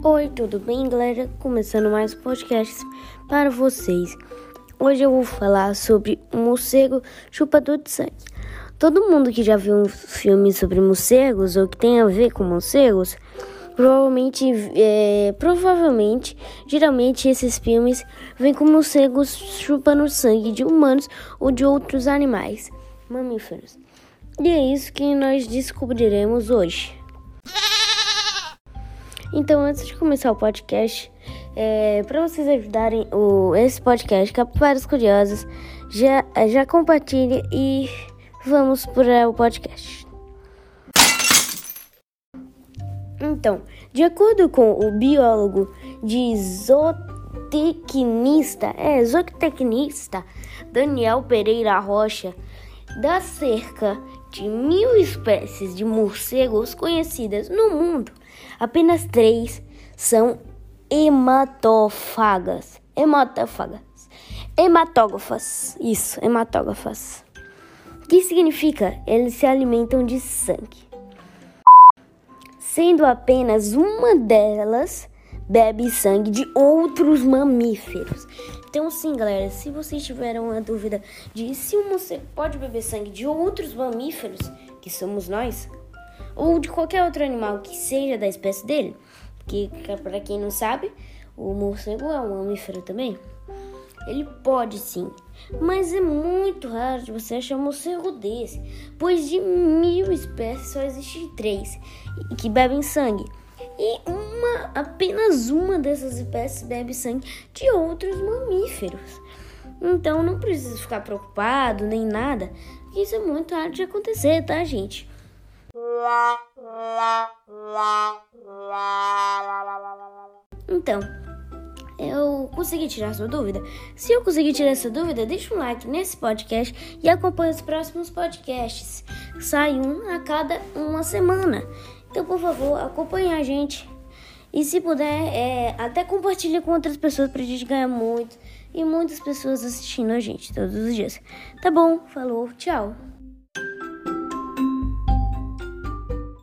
Oi, tudo bem, galera? Começando mais podcasts para vocês. Hoje eu vou falar sobre um morcego chupador de sangue. Todo mundo que já viu um filme sobre morcegos ou que tem a ver com morcegos, geralmente esses filmes vêm com morcegos chupando sangue de humanos ou de outros animais, mamíferos. E é isso que nós descobriremos hoje. Então, antes de começar o podcast, para vocês ajudarem esse podcast, Capivaras Curiosas, já compartilhe e vamos para o podcast. Então, de acordo com o biólogo de zootecnista Daniel Pereira Rocha, das cerca de 1.000 espécies de morcegos conhecidas no mundo, apenas 3 são hematófagas. Hematógrafas. Que significa? Eles se alimentam de sangue. Sendo apenas uma delas bebe sangue de outros mamíferos. Então, sim, galera, se vocês tiveram uma dúvida de se um morcego pode beber sangue de outros mamíferos, que somos nós, ou de qualquer outro animal que seja da espécie dele, que para quem não sabe, o morcego é um mamífero também, ele pode sim, mas é muito raro de você achar um morcego desse, pois de 1.000 espécies só existem 3 que bebem sangue. E apenas uma dessas espécies bebe sangue de outros mamíferos. Então não precisa ficar preocupado nem nada, porque isso é muito raro de acontecer, tá, gente? Então, eu consegui tirar sua dúvida? Se eu conseguir tirar sua dúvida, deixa um like nesse podcast e acompanhe os próximos podcasts. Sai um a cada uma semana. Então, por favor, acompanhe a gente. E se puder, até compartilhe com outras pessoas pra gente ganhar muito. E muitas pessoas assistindo a gente todos os dias. Tá bom, falou, tchau.